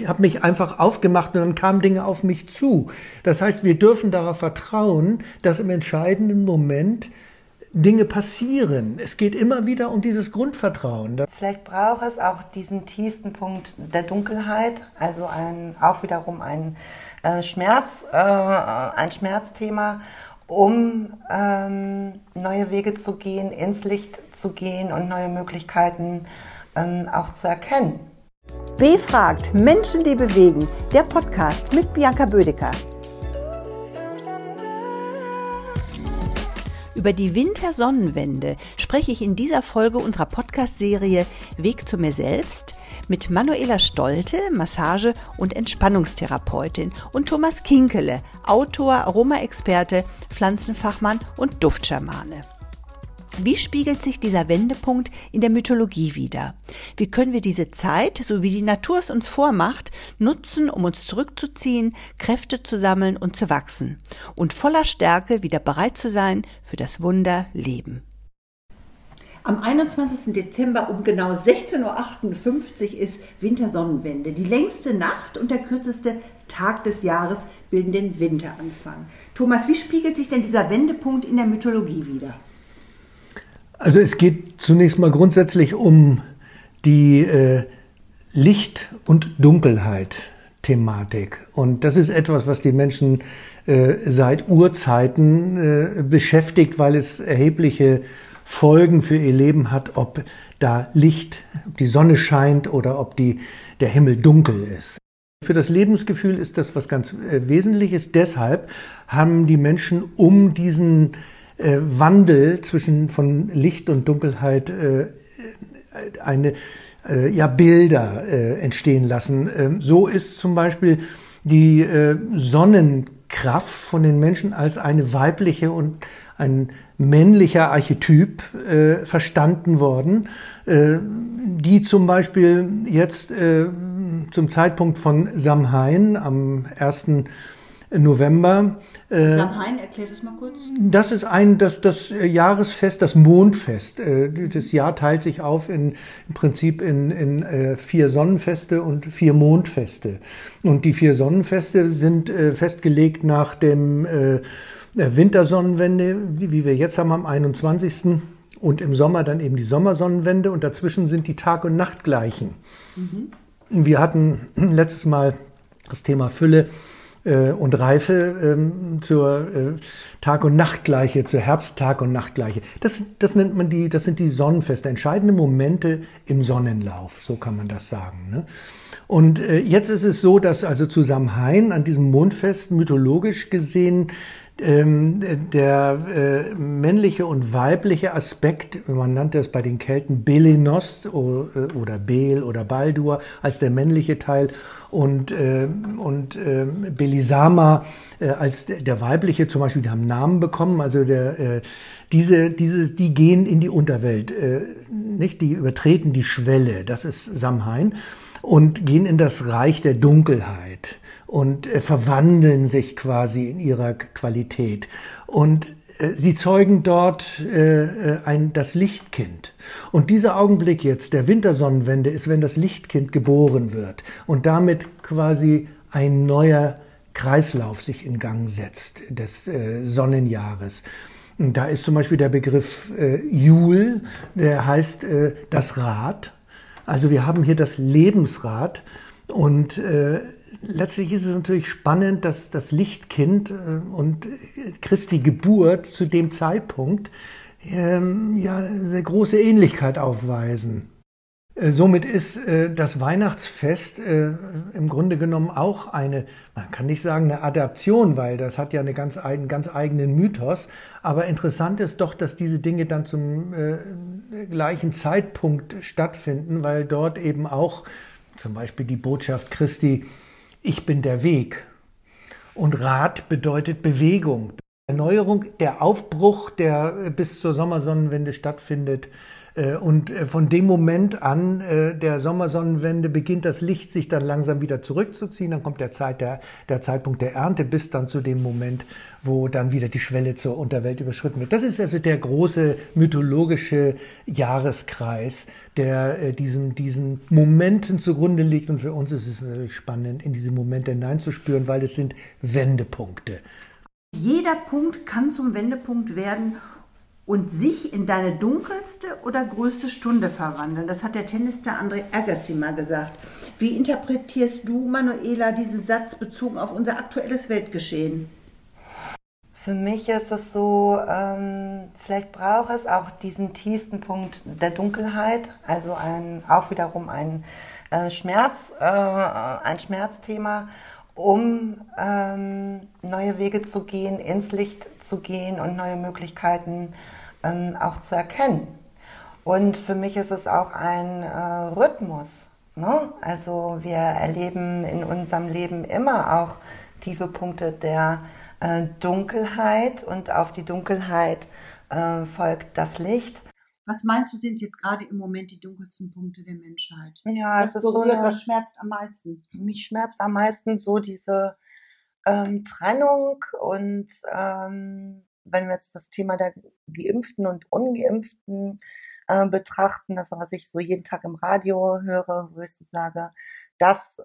ich habe mich einfach aufgemacht und dann kamen Dinge auf mich zu. Das heißt, wir dürfen darauf vertrauen, dass im entscheidenden Moment Dinge passieren. Es geht immer wieder um dieses Grundvertrauen. Vielleicht braucht es auch diesen tiefsten Punkt der Dunkelheit, also auch wiederum ein Schmerzthema, um neue Wege zu gehen, ins Licht zu gehen und neue Möglichkeiten auch zu erkennen. B-fragt, Menschen, die bewegen, der Podcast mit Bianca Bödecker. Über die Wintersonnenwende spreche ich in dieser Folge unserer Podcast-Serie Weg zu mir selbst mit Manuela Stolte, Massage- und Entspannungstherapeutin, und Thomas Kinkele, Autor, Aromaexperte, Pflanzenfachmann und Duftschamane. Wie spiegelt sich dieser Wendepunkt in der Mythologie wider? Wie können wir diese Zeit, so wie die Natur es uns vormacht, nutzen, um uns zurückzuziehen, Kräfte zu sammeln und zu wachsen und voller Stärke wieder bereit zu sein für das Wunder Leben? Am 21. Dezember um genau 16.58 Uhr ist Wintersonnenwende. Die längste Nacht und der kürzeste Tag des Jahres bilden den Winteranfang. Thomas, wie spiegelt sich denn dieser Wendepunkt in der Mythologie wider? Also es geht zunächst mal grundsätzlich um die Licht- und Dunkelheit-Thematik. Und das ist etwas, was die Menschen seit Urzeiten beschäftigt, weil es erhebliche Folgen für ihr Leben hat, ob da Licht, ob die Sonne scheint oder ob der Himmel dunkel ist. Für das Lebensgefühl ist das was ganz Wesentliches. Deshalb haben die Menschen um diesen Wandel von Licht und Dunkelheit Bilder entstehen lassen. So ist zum Beispiel die Sonnenkraft von den Menschen als eine weibliche und ein männlicher Archetyp verstanden worden, die zum Beispiel jetzt zum Zeitpunkt von Samhain am 1. November. Samhain, erklär das mal kurz. Das ist das Jahresfest, das Mondfest. Das Jahr teilt sich auf im Prinzip in 4 Sonnenfeste und 4 Mondfeste. Und die 4 Sonnenfeste sind festgelegt nach dem Wintersonnenwende, wie wir jetzt haben am 21. Und im Sommer dann eben die Sommersonnenwende. Und dazwischen sind die Tag- und Nachtgleichen. Mhm. Wir hatten letztes Mal das Thema Fülle und Reife zur Tag- und Nachtgleiche, zur Herbsttag- und Nachtgleiche. Das nennt man das sind die Sonnenfeste, entscheidende Momente im Sonnenlauf, so kann man das sagen. Ne? Und jetzt ist es so, dass also zu Samhain an diesem Mondfest mythologisch gesehen der männliche und weibliche Aspekt, man nannte es bei den Kelten Belenost oder Bel oder Baldur als der männliche Teil und Belisama als der weibliche, zum Beispiel, die haben Namen bekommen, also die gehen in die Unterwelt, nicht? Die übertreten die Schwelle, das ist Samhain, und gehen in das Reich der Dunkelheit und verwandeln sich quasi in ihrer Qualität. Und sie zeugen dort das Lichtkind. Und dieser Augenblick jetzt der Wintersonnenwende ist, wenn das Lichtkind geboren wird und damit quasi ein neuer Kreislauf sich in Gang setzt des Sonnenjahres. Und da ist zum Beispiel der Begriff Jul, der heißt das Rad. Also wir haben hier das Lebensrad und letztlich ist es natürlich spannend, dass das Lichtkind und Christi Geburt zu dem Zeitpunkt eine große Ähnlichkeit aufweisen. Somit ist das Weihnachtsfest im Grunde genommen auch man kann nicht sagen eine Adaption, weil das hat ja einen ganz eigenen Mythos. Aber interessant ist doch, dass diese Dinge dann zum gleichen Zeitpunkt stattfinden, weil dort eben auch zum Beispiel die Botschaft Christi, ich bin der Weg. Und Rad bedeutet Bewegung. Erneuerung, der Aufbruch, der bis zur Sommersonnenwende stattfindet, Und von dem Moment an der Sommersonnenwende beginnt das Licht sich dann langsam wieder zurückzuziehen. Dann kommt der Zeitpunkt der Ernte bis dann zu dem Moment, wo dann wieder die Schwelle zur Unterwelt überschritten wird. Das ist also der große mythologische Jahreskreis, der diesen Momenten zugrunde liegt. Und für uns ist es natürlich spannend, in diese Momente hineinzuspüren, weil es sind Wendepunkte. Jeder Punkt kann zum Wendepunkt werden und sich in deine dunkelste oder größte Stunde verwandeln. Das hat der Tennisstar Andre Agassi mal gesagt. Wie interpretierst du, Manuela, diesen Satz bezogen auf unser aktuelles Weltgeschehen? Für mich ist es so, vielleicht braucht es auch diesen tiefsten Punkt der Dunkelheit, also auch wiederum ein Schmerzthema, um neue Wege zu gehen, ins Licht zu gehen und neue Möglichkeiten auch zu erkennen. Und für mich ist es auch ein Rhythmus, ne? Also wir erleben in unserem Leben immer auch tiefe Punkte der Dunkelheit und auf die Dunkelheit folgt das Licht. Was meinst du, sind jetzt gerade im Moment die dunkelsten Punkte der Menschheit? Ja, Was berührt, was schmerzt am meisten? Mich schmerzt am meisten so diese Trennung und wenn wir jetzt das Thema der Geimpften und Ungeimpften betrachten, das, was ich so jeden Tag im Radio höre, wo ich so sage, das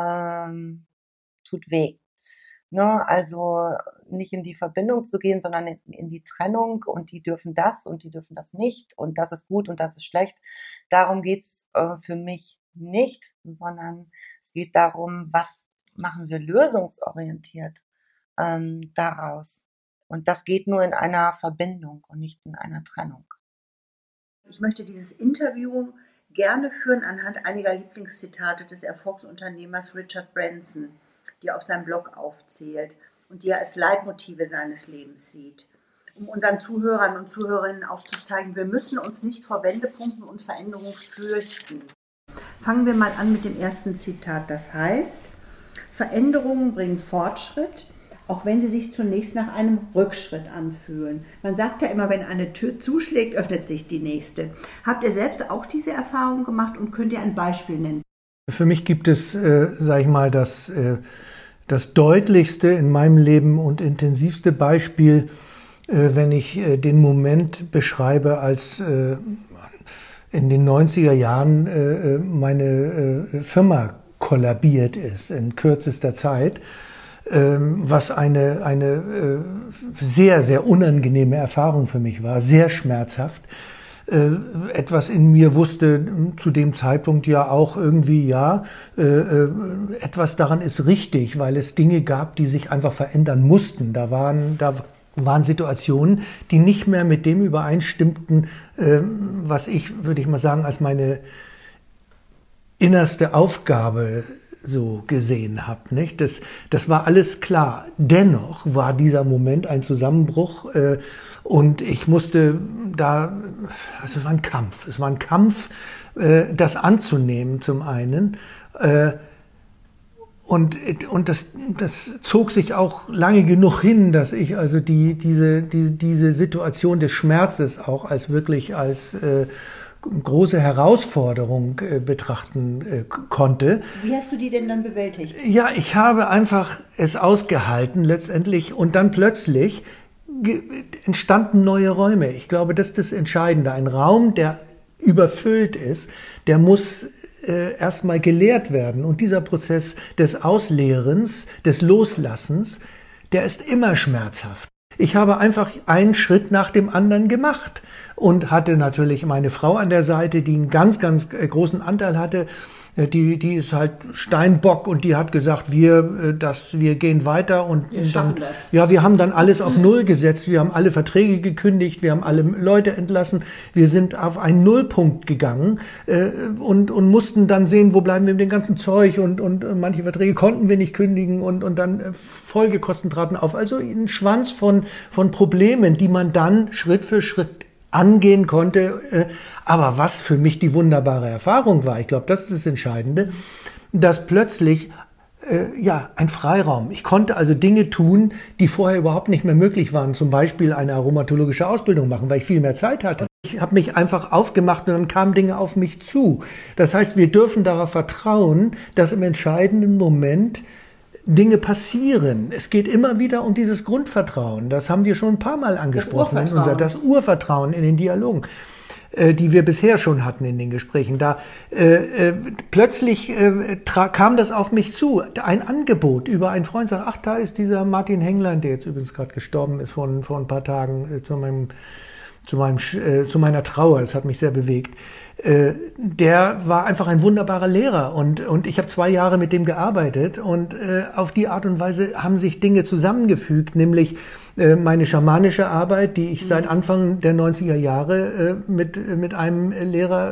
tut weh. Ne? Also nicht in die Verbindung zu gehen, sondern in die Trennung und die dürfen das und die dürfen das nicht und das ist gut und das ist schlecht. Darum geht's für mich nicht, sondern es geht darum, was machen wir lösungsorientiert daraus. Und das geht nur in einer Verbindung und nicht in einer Trennung. Ich möchte dieses Interview gerne führen anhand einiger Lieblingszitate des Erfolgsunternehmers Richard Branson, die er auf seinem Blog aufzählt und die er als Leitmotive seines Lebens sieht, um unseren Zuhörern und Zuhörerinnen aufzuzeigen, wir müssen uns nicht vor Wendepunkten und Veränderungen fürchten. Fangen wir mal an mit dem ersten Zitat, das heißt, Veränderungen bringen Fortschritt, auch wenn sie sich zunächst nach einem Rückschritt anfühlen. Man sagt ja immer, wenn eine Tür zuschlägt, öffnet sich die nächste. Habt ihr selbst auch diese Erfahrung gemacht und könnt ihr ein Beispiel nennen? Für mich gibt es, sage ich mal, das deutlichste in meinem Leben und intensivste Beispiel, wenn ich den Moment beschreibe, als in den 90er Jahren meine Firma kollabiert ist in kürzester Zeit, was eine sehr, sehr unangenehme Erfahrung für mich war, sehr schmerzhaft. Etwas in mir wusste zu dem Zeitpunkt ja auch irgendwie, etwas daran ist richtig, weil es Dinge gab, die sich einfach verändern mussten. Da waren Situationen, die nicht mehr mit dem übereinstimmten, was ich, würde ich mal sagen, als meine innerste Aufgabe so gesehen habe, nicht? Das war alles klar. Dennoch war dieser Moment ein Zusammenbruch und ich musste es war ein Kampf. Es war ein Kampf, das anzunehmen zum einen. Und das zog sich auch lange genug hin, dass ich also diese Situation des Schmerzes auch als große Herausforderung betrachten konnte. Wie hast du die denn dann bewältigt? Ja, ich habe einfach es ausgehalten letztendlich und dann plötzlich entstanden neue Räume. Ich glaube, das ist das Entscheidende. Ein Raum, der überfüllt ist, der muss erstmal geleert werden. Und dieser Prozess des Ausleerens, des Loslassens, der ist immer schmerzhaft. Ich habe einfach einen Schritt nach dem anderen gemacht und hatte natürlich meine Frau an der Seite, die einen ganz, ganz großen Anteil hatte. Die ist halt Steinbock und die hat gesagt, wir gehen weiter und wir schaffen das. Ja, wir haben dann alles auf Null gesetzt, wir haben alle Verträge gekündigt, wir haben alle Leute entlassen, wir sind auf einen Nullpunkt gegangen und mussten dann sehen, wo bleiben wir mit dem ganzen Zeug und manche Verträge konnten wir nicht kündigen und dann Folgekosten traten auf. Also ein Schwanz von Problemen, die man dann Schritt für Schritt angehen konnte, aber was für mich die wunderbare Erfahrung war, ich glaube, das ist das Entscheidende, dass plötzlich ein Freiraum. Ich konnte also Dinge tun, die vorher überhaupt nicht mehr möglich waren, zum Beispiel eine aromatologische Ausbildung machen, weil ich viel mehr Zeit hatte. Ich habe mich einfach aufgemacht und dann kamen Dinge auf mich zu. Das heißt, wir dürfen darauf vertrauen, dass im entscheidenden Moment Dinge passieren. Es geht immer wieder um dieses Grundvertrauen. Das haben wir schon ein paar Mal angesprochen. Das Urvertrauen in den Dialogen, die wir bisher schon hatten in den Gesprächen. Da plötzlich kam das auf mich zu. Ein Angebot über einen Freund sagt, ach, da ist dieser Martin Henglein, der jetzt übrigens gerade gestorben ist vor ein paar Tagen zu meiner Trauer. Das hat mich sehr bewegt. Der war einfach ein wunderbarer Lehrer und ich habe 2 Jahre mit dem gearbeitet und auf die Art und Weise haben sich Dinge zusammengefügt, nämlich meine schamanische Arbeit, die ich seit Anfang der 90er Jahre mit einem Lehrer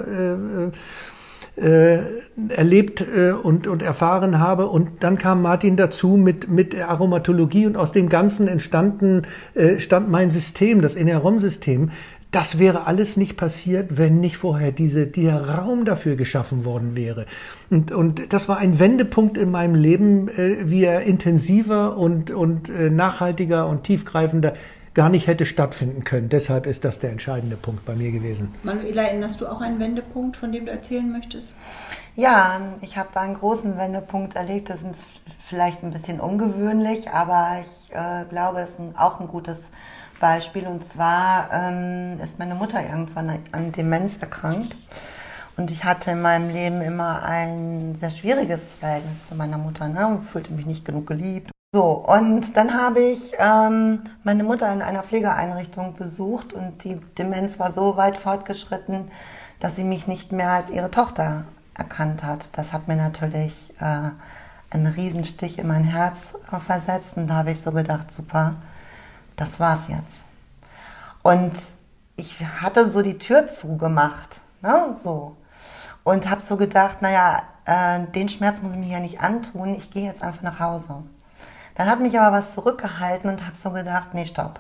erlebt und erfahren habe. Und dann kam Martin dazu mit der Aromatologie und aus dem Ganzen stand mein System, das Enerom-System. Das wäre alles nicht passiert, wenn nicht vorher dieser Raum dafür geschaffen worden wäre. Und das war ein Wendepunkt in meinem Leben, wie er intensiver und nachhaltiger und tiefgreifender gar nicht hätte stattfinden können. Deshalb ist das der entscheidende Punkt bei mir gewesen. Manuela, erinnerst du auch einen Wendepunkt, von dem du erzählen möchtest? Ja, ich habe einen großen Wendepunkt erlebt. Das ist vielleicht ein bisschen ungewöhnlich, aber ich glaube, es ist auch ein gutes Beispiel. Und zwar ist meine Mutter irgendwann an Demenz erkrankt. Und ich hatte in meinem Leben immer ein sehr schwieriges Verhältnis zu meiner Mutter. Ne? Ich fühlte mich nicht genug geliebt. So, und dann habe ich meine Mutter in einer Pflegeeinrichtung besucht und die Demenz war so weit fortgeschritten, dass sie mich nicht mehr als ihre Tochter erkannt hat. Das hat mir natürlich einen Riesenstich in mein Herz versetzt und da habe ich so gedacht, super, das war's jetzt. Und ich hatte so die Tür zugemacht, ne, so. Und habe so gedacht, naja, den Schmerz muss ich mir ja nicht antun, ich gehe jetzt einfach nach Hause. Dann hat mich aber was zurückgehalten und habe so gedacht, nee, stopp,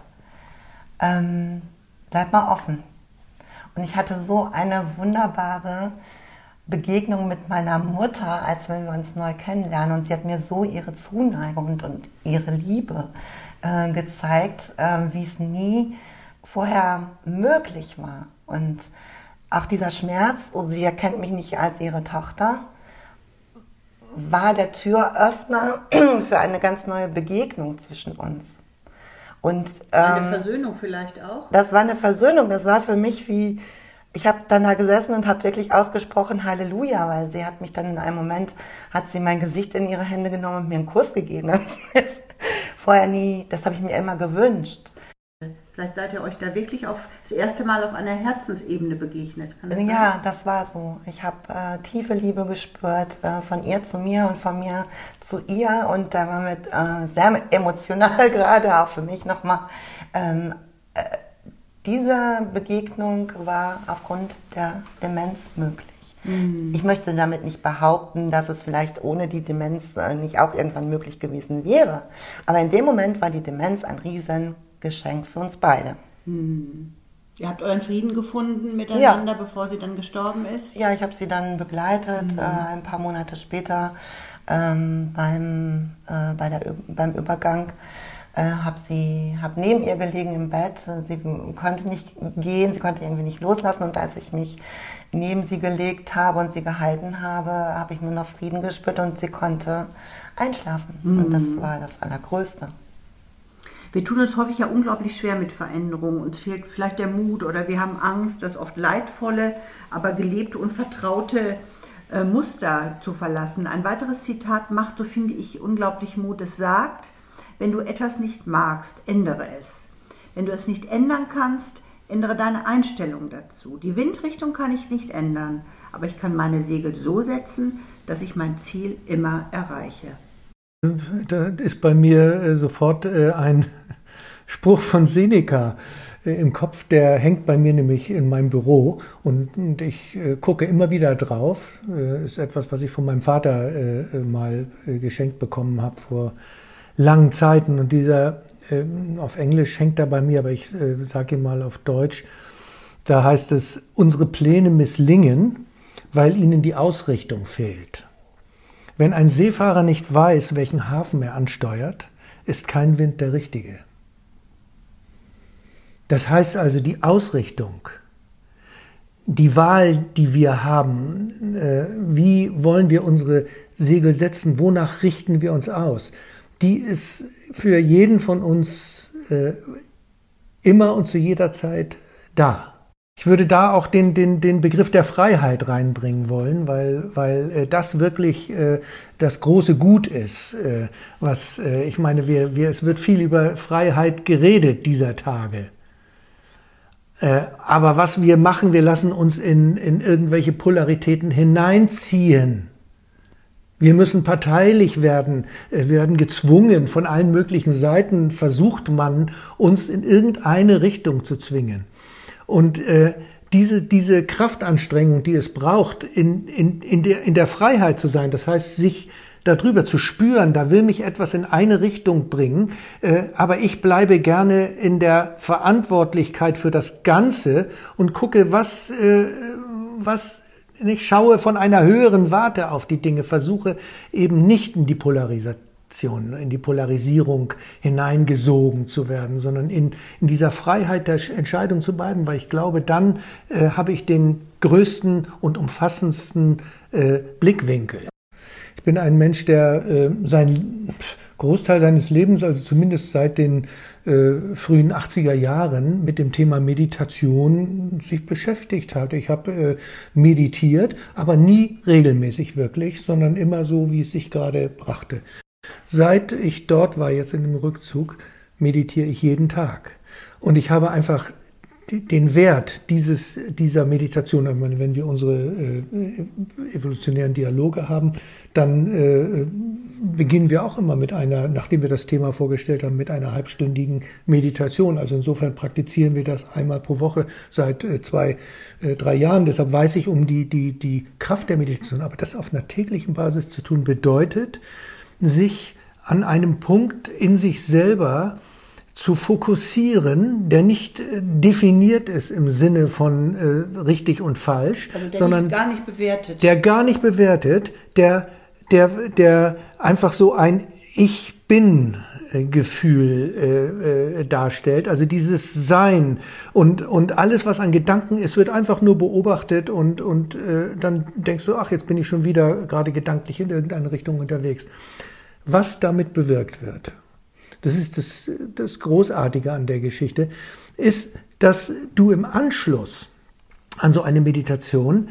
bleib mal offen. Und ich hatte so eine wunderbare Begegnung mit meiner Mutter, als wenn wir uns neu kennenlernen. Und sie hat mir so ihre Zuneigung und ihre Liebe gezeigt, wie es nie vorher möglich war. Und auch dieser Schmerz, oh, sie erkennt mich nicht als ihre Tochter, war der Türöffner für eine ganz neue Begegnung zwischen uns. Und, eine Versöhnung vielleicht auch? Das war eine Versöhnung, das war für mich wie, ich habe dann da gesessen und habe wirklich ausgesprochen Halleluja, weil sie hat mich dann in einem Moment, hat sie mein Gesicht in ihre Hände genommen und mir einen Kuss gegeben. Das ist vorher nie, das habe ich mir immer gewünscht. Vielleicht seid ihr euch da wirklich das erste Mal auf einer Herzensebene begegnet. Kann das sein? Ja, das war so. Ich habe tiefe Liebe gespürt, von ihr zu mir und von mir zu ihr. Und da war mit sehr emotional gerade auch für mich nochmal. Diese Begegnung war aufgrund der Demenz möglich. Ich möchte damit nicht behaupten, dass es vielleicht ohne die Demenz nicht auch irgendwann möglich gewesen wäre. Aber in dem Moment war die Demenz ein Riesengeschenk für uns beide. Ihr habt euren Frieden gefunden miteinander, ja, bevor sie dann gestorben ist? Ja, ich habe sie dann begleitet, ein paar Monate später beim Übergang. Hab neben ihr gelegen im Bett. Sie konnte nicht gehen, sie konnte irgendwie nicht loslassen. Und als ich mich neben sie gelegt habe und sie gehalten habe, habe ich nur noch Frieden gespürt und sie konnte einschlafen. Und das war das Allergrößte. Wir tun uns häufig ja unglaublich schwer mit Veränderungen. Uns fehlt vielleicht der Mut oder wir haben Angst, das oft leidvolle, aber gelebte und vertraute Muster zu verlassen. Ein weiteres Zitat macht, so finde ich, unglaublich Mut. Es sagt, wenn du etwas nicht magst, ändere es. Wenn du es nicht ändern kannst, ändere deine Einstellung dazu. Die Windrichtung kann ich nicht ändern, aber ich kann meine Segel so setzen, dass ich mein Ziel immer erreiche. Da ist bei mir sofort ein Spruch von Seneca im Kopf, der hängt bei mir nämlich in meinem Büro und ich gucke immer wieder drauf. Ist etwas, was ich von meinem Vater mal geschenkt bekommen habe vor langen Zeiten. Und dieser, auf Englisch hängt er bei mir, aber ich sage ihn mal auf Deutsch, da heißt es, unsere Pläne misslingen, weil ihnen die Ausrichtung fehlt. Wenn ein Seefahrer nicht weiß, welchen Hafen er ansteuert, ist kein Wind der richtige. Das heißt also, die Ausrichtung die Wahl, die wir haben, wie wollen wir unsere Segel setzen, wonach richten wir uns aus, die ist für jeden von uns immer und zu jeder Zeit da. Ich würde da auch den Begriff der Freiheit reinbringen wollen, weil das wirklich das große Gut ist. Ich meine, es wird viel über Freiheit geredet dieser Tage. Aber was wir machen, wir lassen uns in irgendwelche Polaritäten hineinziehen. Wir müssen parteilich werden, wir werden gezwungen, von allen möglichen Seiten versucht man, uns in irgendeine Richtung zu zwingen. Und diese Kraftanstrengung, die es braucht, in der Freiheit zu sein, das heißt, sich darüber zu spüren, da will mich etwas in eine Richtung bringen, aber ich bleibe gerne in der Verantwortlichkeit für das Ganze und gucke, was ich schaue von einer höheren Warte auf die Dinge, versuche eben nicht in die Polarisierung hineingesogen zu werden, sondern in dieser Freiheit der Entscheidung zu bleiben, weil ich glaube, dann habe ich den größten und umfassendsten Blickwinkel. Ich bin ein Mensch, der seinen Großteil seines Lebens, also zumindest seit den frühen 80er Jahren, mit dem Thema Meditation sich beschäftigt hat. Ich habe meditiert, aber nie regelmäßig wirklich, sondern immer so, wie es sich gerade brachte. Seit ich dort war, jetzt in dem Rückzug, meditiere ich jeden Tag. Und ich habe einfach den Wert dieser Meditation, ich meine, wenn wir unsere evolutionären Dialoge haben, dann beginnen wir auch immer mit nachdem wir das Thema vorgestellt haben, mit einer halbstündigen Meditation. Also insofern praktizieren wir das einmal pro Woche seit 2-3 Jahren. Deshalb weiß ich um die Kraft der Meditation. Aber das auf einer täglichen Basis zu tun, bedeutet, sich an einem Punkt in sich selber zu fokussieren, der nicht definiert ist im Sinne von richtig und falsch, also sondern gar nicht bewertet. Der gar nicht bewertet, der einfach so ein Ich bin Gefühl darstellt, also dieses Sein und alles, was an Gedanken ist, wird einfach nur beobachtet und dann denkst du, ach, jetzt bin ich schon wieder gerade gedanklich in irgendeine Richtung unterwegs. Was damit bewirkt wird, das ist das Großartige an der Geschichte, ist, dass du im Anschluss an so eine Meditation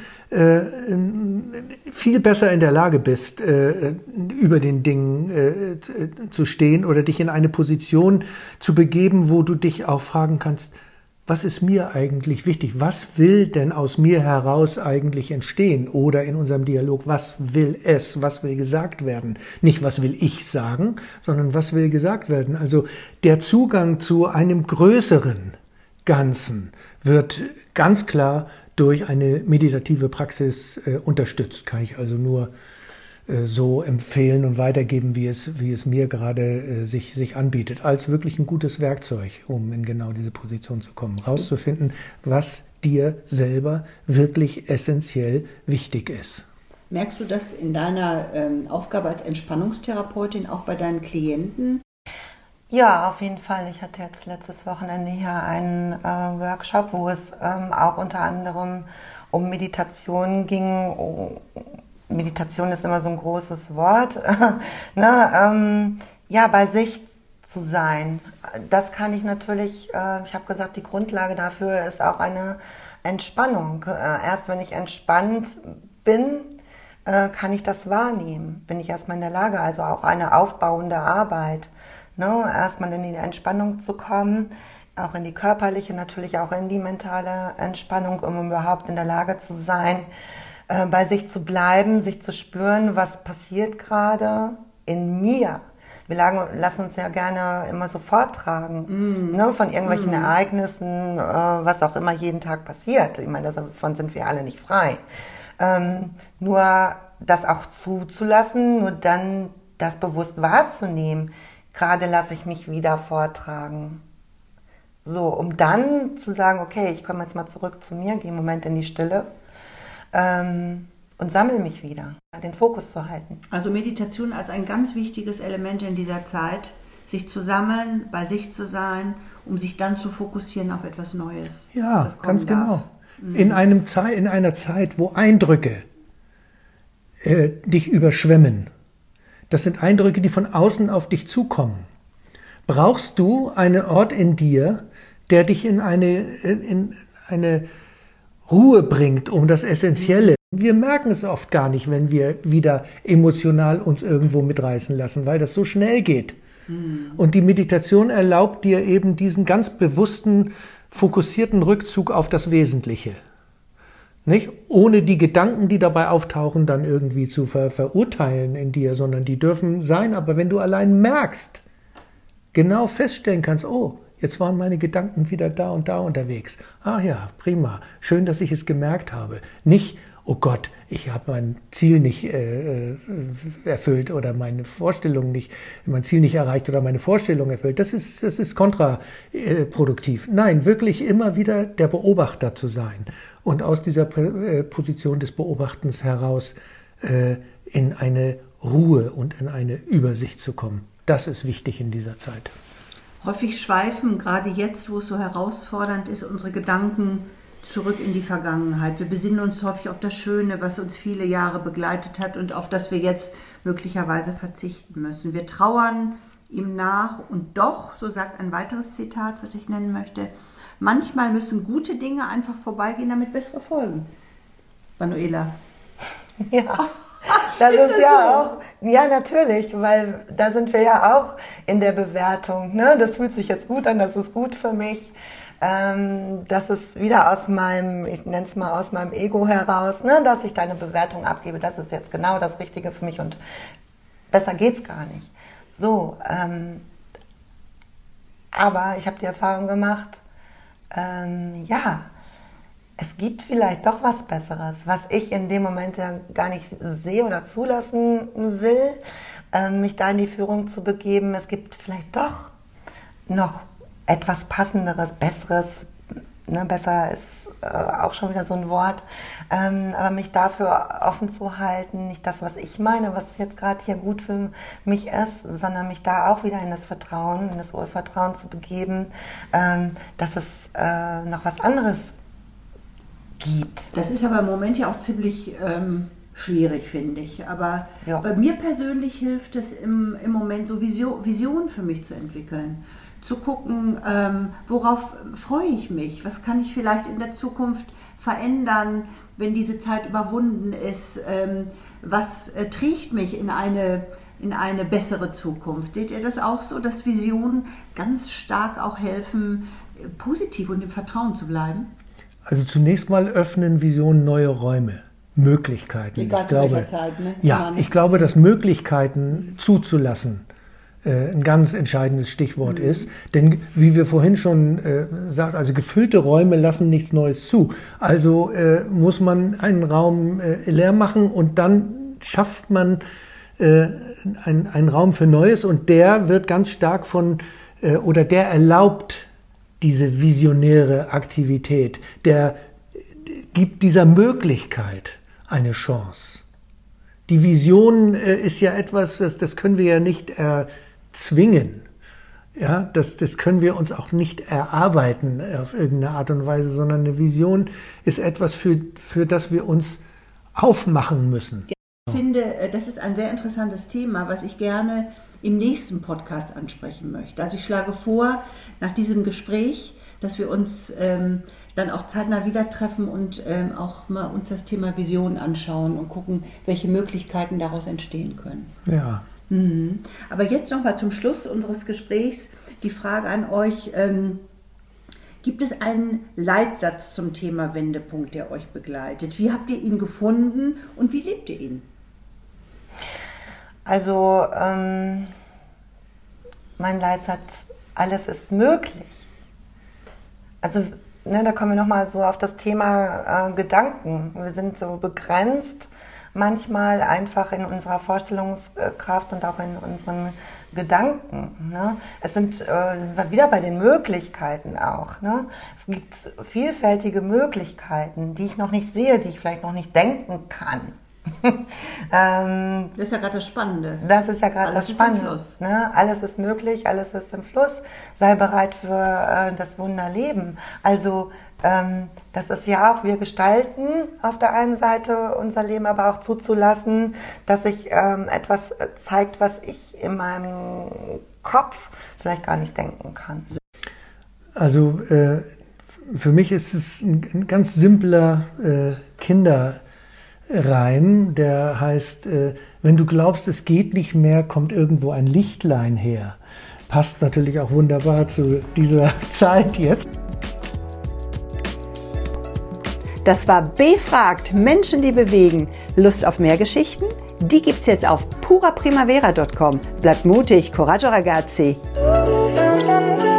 viel besser in der Lage bist, über den Dingen zu stehen oder dich in eine Position zu begeben, wo du dich auch fragen kannst, was ist mir eigentlich wichtig? Was will denn aus mir heraus eigentlich entstehen? Oder in unserem Dialog, was will es? Was will gesagt werden? Nicht, was will ich sagen, sondern was will gesagt werden? Also der Zugang zu einem größeren Ganzen wird ganz klar durch eine meditative Praxis unterstützt. Kann ich also nur so empfehlen und weitergeben, wie es mir gerade sich anbietet, als wirklich ein gutes Werkzeug, um in genau diese Position zu kommen, rauszufinden, was dir selber wirklich essentiell wichtig ist. Merkst du das in deiner Aufgabe als Entspannungstherapeutin auch bei deinen Klienten? Ja, auf jeden Fall. Ich hatte jetzt letztes Wochenende hier einen Workshop, wo es auch unter anderem um Meditation ging. Meditation ist immer so ein großes Wort. Ne? Ja, bei sich zu sein. Das kann ich natürlich, ich habe gesagt, die Grundlage dafür ist auch eine Entspannung. Erst wenn ich entspannt bin, kann ich das wahrnehmen. Bin ich erstmal in der Lage, also auch eine aufbauende Arbeit. Ne? Erstmal in die Entspannung zu kommen, auch in die körperliche, natürlich auch in die mentale Entspannung, um überhaupt in der Lage zu sein, bei sich zu bleiben, sich zu spüren, was passiert gerade in mir. Wir lassen uns ja gerne immer so vortragen, ne, von irgendwelchen Ereignissen, was auch immer jeden Tag passiert. Ich meine, davon sind wir alle nicht frei. Nur das auch zuzulassen, nur dann das bewusst wahrzunehmen. Gerade lasse ich mich wieder vortragen. So, um dann zu sagen, okay, ich komme jetzt mal zurück zu mir, gehe einen Moment in die Stille. Und sammle mich wieder, den Fokus zu halten. Also Meditation als ein ganz wichtiges Element in dieser Zeit, sich zu sammeln, bei sich zu sein, um sich dann zu fokussieren auf etwas Neues. Ja, ganz genau. In einer Zeit, wo Eindrücke dich überschwemmen, das sind Eindrücke, die von außen auf dich zukommen, brauchst du einen Ort in dir, der dich in eine Ruhe bringt, um das Essentielle. Wir merken es oft gar nicht, wenn wir wieder emotional uns irgendwo mitreißen lassen, weil das so schnell geht. Und die Meditation erlaubt dir eben diesen ganz bewussten, fokussierten Rückzug auf das Wesentliche. Nicht? Ohne die Gedanken, die dabei auftauchen, dann irgendwie zu verurteilen in dir, sondern die dürfen sein. Aber wenn du allein merkst, genau feststellen kannst, oh, jetzt waren meine Gedanken wieder da und da unterwegs. Ah ja, prima, schön, dass ich es gemerkt habe. Nicht, oh Gott, ich habe mein Ziel nicht erfüllt oder meine Vorstellung nicht, mein Ziel nicht erreicht oder meine Vorstellung erfüllt. Das ist kontraproduktiv. Nein, wirklich immer wieder der Beobachter zu sein und aus dieser Position des Beobachtens heraus in eine Ruhe und in eine Übersicht zu kommen. Das ist wichtig in dieser Zeit. Häufig schweifen, gerade jetzt, wo es so herausfordernd ist, unsere Gedanken zurück in die Vergangenheit. Wir besinnen uns häufig auf das Schöne, was uns viele Jahre begleitet hat und auf das wir jetzt möglicherweise verzichten müssen. Wir trauern ihm nach und doch, so sagt ein weiteres Zitat, was ich nennen möchte, manchmal müssen gute Dinge einfach vorbeigehen, damit bessere folgen. Manuela. Ja. Das ist ja so? Auch, ja natürlich, weil da sind wir ja auch in der Bewertung, ne? Das fühlt sich jetzt gut an, das ist gut für mich. Das ist wieder aus meinem, ich nenne es mal aus meinem Ego heraus, ne? Dass ich da eine Bewertung abgebe, das ist jetzt genau das Richtige für mich und besser geht's gar nicht. So, aber ich habe die Erfahrung gemacht, ja, es gibt vielleicht doch was Besseres, was ich in dem Moment ja gar nicht sehe oder zulassen will, mich da in die Führung zu begeben. Es gibt vielleicht doch noch etwas Passenderes, Besseres, ne, besser ist auch schon wieder so ein Wort, aber mich dafür offen zu halten, nicht das, was ich meine, was jetzt gerade hier gut für mich ist, sondern mich da auch wieder in das Vertrauen, in das Urvertrauen zu begeben, dass es noch was anderes gibt. Das ist aber im Moment ja auch ziemlich schwierig, finde ich. Aber ja. Bei mir persönlich hilft es im Moment so Visionen für mich zu entwickeln. Zu gucken, worauf freue ich mich, was kann ich vielleicht in der Zukunft verändern, wenn diese Zeit überwunden ist, was trägt mich in eine bessere Zukunft. Seht ihr das auch so, dass Visionen ganz stark auch helfen, positiv und im Vertrauen zu bleiben? Also zunächst mal öffnen Visionen neue Räume, Möglichkeiten. Egal zu welcher Zeit, ne? Ja, ich glaube, dass Möglichkeiten zuzulassen ein ganz entscheidendes Stichwort ist. Denn wie wir vorhin schon sagten, also gefüllte Räume lassen nichts Neues zu. Also muss man einen Raum leer machen und dann schafft man einen Raum für Neues und der wird ganz stark der erlaubt diese visionäre Aktivität, der gibt dieser Möglichkeit eine Chance. Die Vision ist ja etwas, das können wir ja nicht zwingen. Ja, das können wir uns auch nicht erarbeiten auf irgendeine Art und Weise, sondern eine Vision ist etwas, für das wir uns aufmachen müssen. Ich finde, das ist ein sehr interessantes Thema, was ich gerne im nächsten Podcast ansprechen möchte. Also ich schlage vor, nach diesem Gespräch, dass wir uns dann auch zeitnah wieder treffen und auch mal uns das Thema Vision anschauen und gucken, welche Möglichkeiten daraus entstehen können. Ja. Mhm. Aber jetzt noch mal zum Schluss unseres Gesprächs die Frage an euch. Gibt es einen Leitsatz zum Thema Wendepunkt, der euch begleitet? Wie habt ihr ihn gefunden und wie lebt ihr ihn? Also mein Leitsatz, alles ist möglich. Also ne, da kommen wir nochmal so auf das Thema Gedanken. Wir sind so begrenzt manchmal einfach in unserer Vorstellungskraft und auch in unseren Gedanken. Ne? Sind wir wieder bei den Möglichkeiten auch. Ne? Es gibt vielfältige Möglichkeiten, die ich noch nicht sehe, die ich vielleicht noch nicht denken kann. Das ist ja gerade das Spannende. Das ist ja gerade das Spannende. Alles ist im Fluss. Ne? Alles ist möglich, alles ist im Fluss. Sei bereit für das Wunderleben. Also das ist ja auch, wir gestalten auf der einen Seite unser Leben, aber auch zuzulassen, dass sich etwas zeigt, was ich in meinem Kopf vielleicht gar nicht denken kann. Also für mich ist es ein ganz simpler Kinderreim, der heißt, wenn du glaubst, es geht nicht mehr, kommt irgendwo ein Lichtlein her. Passt natürlich auch wunderbar zu dieser Zeit jetzt. Das war Befragt, Menschen, die bewegen. Lust auf mehr Geschichten? Die gibt's jetzt auf puraprimavera.com. Bleibt mutig, coraggio ragazzi!